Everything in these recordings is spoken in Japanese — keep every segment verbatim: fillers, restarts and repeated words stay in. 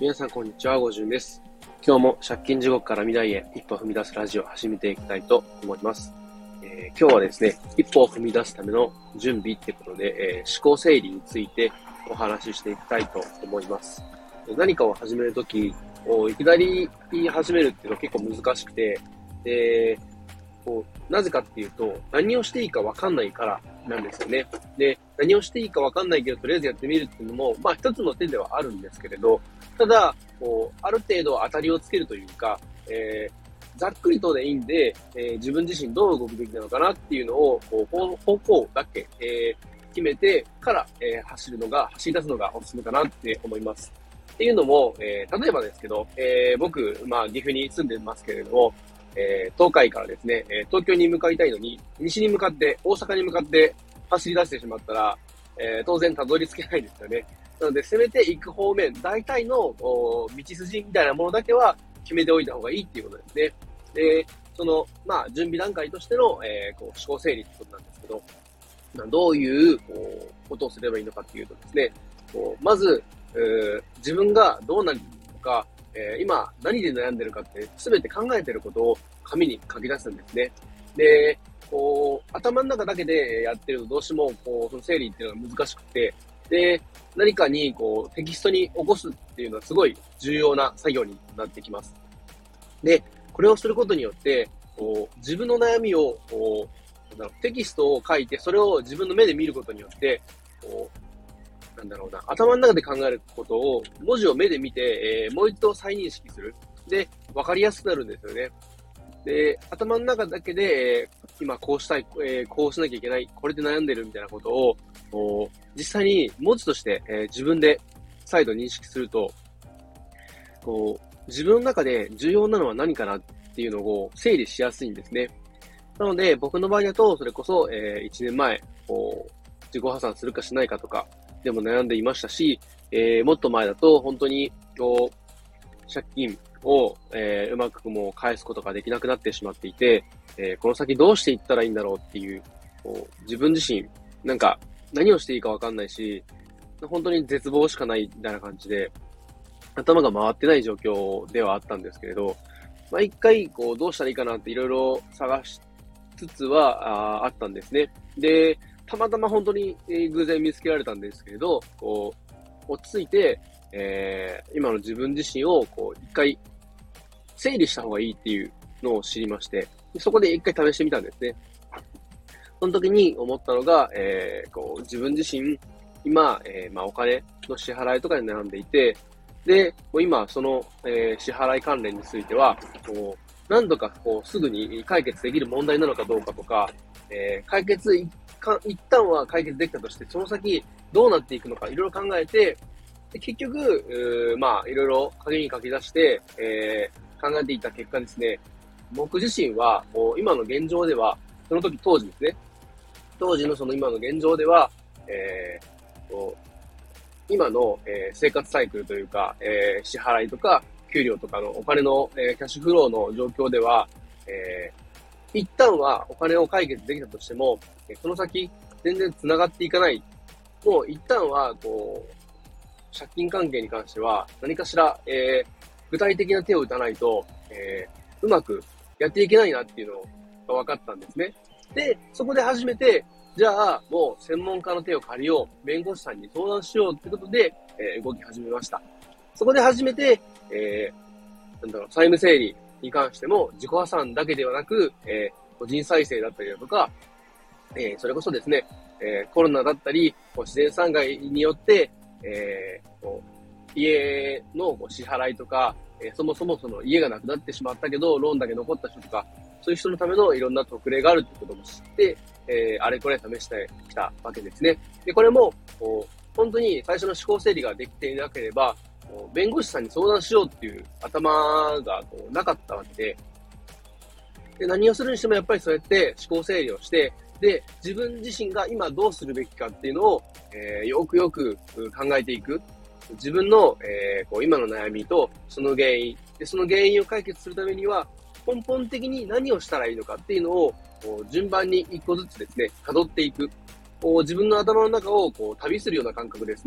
皆さんこんにちは、ごじゅんです。今日も借金地獄から未来へ一歩踏み出すラジオを始めていきたいと思います。えー、今日はですね、一歩を踏み出すための準備ってことで、えー、思考整理についてお話ししていきたいと思います。何かを始めるとき、いきなり言い始めるっていうのは結構難しくて、でこうなぜかっていうと、何をしていいか分かんないからなんですよね。で、何をしていいか分かんないけど、とりあえずやってみるっていうのも、まあ一つの手ではあるんですけれど、ただ、こう、ある程度当たりをつけるというか、えー、ざっくりとでいいんで、えー、自分自身どう動くべきなのかなっていうのを、こう方向だけ、えー、決めてから、えー、走るのが、走り出すのがおすすめかなって思います。っていうのも、えー、例えばですけど、えー、僕、まあ岐阜に住んでますけれども、えー、東海からですね、えー、東京に向かいたいのに、西に向かって、大阪に向かって走り出してしまったら、えー、当然たどり着けないですよね。なので、せめて行く方面、大体の道筋みたいなものだけは決めておいた方がいいっていうことですね。で、その、まあ、準備段階としての、えー、こう思考整理ってことなんですけど、まあ、どういうこうことをすればいいのかっていうとですね、こうまず、えー、自分がどうなるのか、えー、今何で悩んでるかって全て考えてることを紙に書き出すんですね。で、こう、頭の中だけでやってるとどうしても、こう、その整理っていうのが難しくて、で、何かに、こう、テキストに起こすっていうのはすごい重要な作業になってきます。で、これをすることによって、こう、自分の悩みを、こう、なんだろう、テキストを書いて、それを自分の目で見ることによって、こう、なんだろうな、頭の中で考えることを、文字を目で見て、えー、もう一度再認識する。で、わかりやすくなるんですよね。で、頭の中だけで、えー、今こうしたい、えー、こうしなきゃいけない、これで悩んでるみたいなことを、こう実際に文字として、えー、自分で再度認識すると、こう、自分の中で重要なのは何かなっていうのを整理しやすいんですね。なので、僕の場合だと、それこそ、えー、いちねんまえ、こう、自己破産するかしないかとか、でも悩んでいましたし、えー、もっと前だと、本当に、こう、借金を、えー、うまくもう返すことができなくなってしまっていて、えー、この先どうしていったらいいんだろうっていう、こう自分自身、なんか、何をしていいかわかんないし、本当に絶望しかないみたいな感じで、頭が回ってない状況ではあったんですけれど、まあ一回、こう、どうしたらいいかなっていろいろ探しつつは、ああったんですね。で、たまたま本当に、えー、偶然見つけられたんですけれど、こう、落ち着いて、えー、今の自分自身を、こう、一回、整理した方がいいっていうのを知りまして、そこで一回試してみたんですね。その時に思ったのが、えー、こう自分自身、今、えー、まあ、お金の支払いとかに悩んでいて、で、今、その、えー、支払い関連については、こう何度かこうすぐに解決できる問題なのかどうかとか、えー、解決一一旦は解決できたとして、その先どうなっていくのかいろいろ考えて、で結局、まあ、いろいろ鍵に書き出して、えー、考えていった結果ですね、僕自身は、もう今の現状では、その時当時ですね、当時のその今の現状では、えー、こう今の、えー、生活サイクルというか、えー、支払いとか、給料とかのお金の、えー、キャッシュフローの状況では、えー、一旦はお金を解決できたとしても、その先、全然繋がっていかない。もう一旦は、こう、借金関係に関しては、何かしら、えー、具体的な手を打たないと、えー、うまくやっていけないなっていうのが分かったんですね。で、そこで初めて、じゃあ、もう専門家の手を借りよう、弁護士さんに相談しようってことで、えー、動き始めました。そこで初めて、えー、なんだろう、債務整理に関しても、自己破産だけではなく、えー、個人再生だったりだとか、えー、それこそですね、えー、コロナだったり、こう自然災害によって、えー、こう家のこう支払いとか、えー、そもそもその家がなくなってしまったけど、ローンだけ残った人とか、そういう人のためのいろんな特例があるということも知って、えー、あれこれ試してきたわけですね。で、これも、こう本当に最初の思考整理ができていなければ、弁護士さんに相談しようっていう頭がこうなかったわけで、で、何をするにしてもやっぱりそうやって思考整理をして、で、自分自身が今どうするべきかっていうのを、えー、よくよく考えていく。自分の、えー、こう今の悩みとその原因で、その原因を解決するためには、根本的に何をしたらいいのかっていうのを、こう順番に一個ずつですね、辿っていく。こう自分の頭の中をこう旅するような感覚ですね。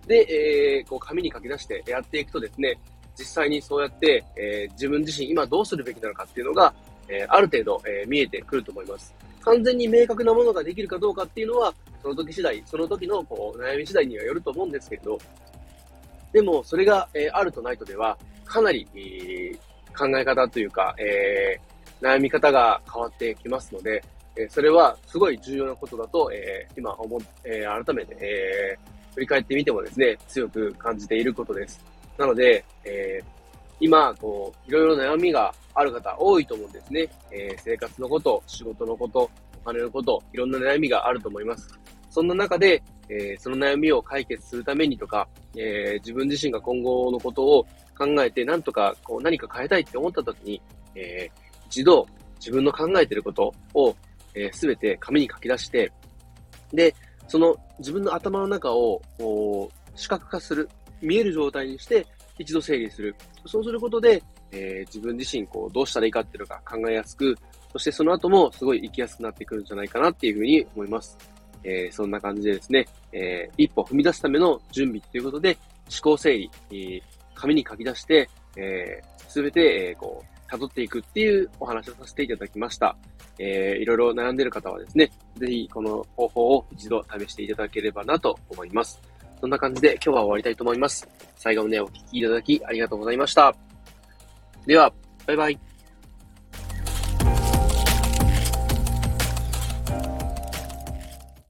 で、えー、こう紙に書き出してやっていくとですね、実際にそうやって、えー、自分自身今どうするべきなのかっていうのが、えー、ある程度、えー、見えてくると思います。完全に明確なものができるかどうかっていうのは、その時次第、その時のこう悩み次第にはよると思うんですけれど、でもそれが、えー、あるとないとでは、かなり、えー、考え方というか、えー、悩み方が変わってきますので、えー、それはすごい重要なことだと、えー、今思、えー、改めて、えー、振り返ってみてもですね、強く感じていることです。なので、えー、今、こう、いろいろ悩みがある方多いと思うんですね。えー、生活のこと、仕事のこと、お金のこと、いろんな悩みがあると思います。そんな中で、えー、その悩みを解決するためにとか、えー、自分自身が今後のことを考えて、なんとかこう何か変えたいって思った時に、えー、一度自分の考えていることをすべ、えー、全て紙に書き出して、で、その自分の頭の中をこう視覚化する、見える状態にして一度整理する。そうすることで、えー、自分自身こうどうしたらいいかっていうのが考えやすく、そしてその後もすごい生きやすくなってくるんじゃないかなっていうふうに思います。えー、そんな感じでですね、えー、一歩踏み出すための準備ということで、思考整理、えー、紙に書き出して、えー、すべて、えー、こう、辿っていくっていうお話をさせていただきました。えー、いろいろ悩んでいる方はですね、ぜひこの方法を一度試していただければなと思います。そんな感じで今日は終わりたいと思います。最後までお聞きいただきありがとうございました。では、バイバイ。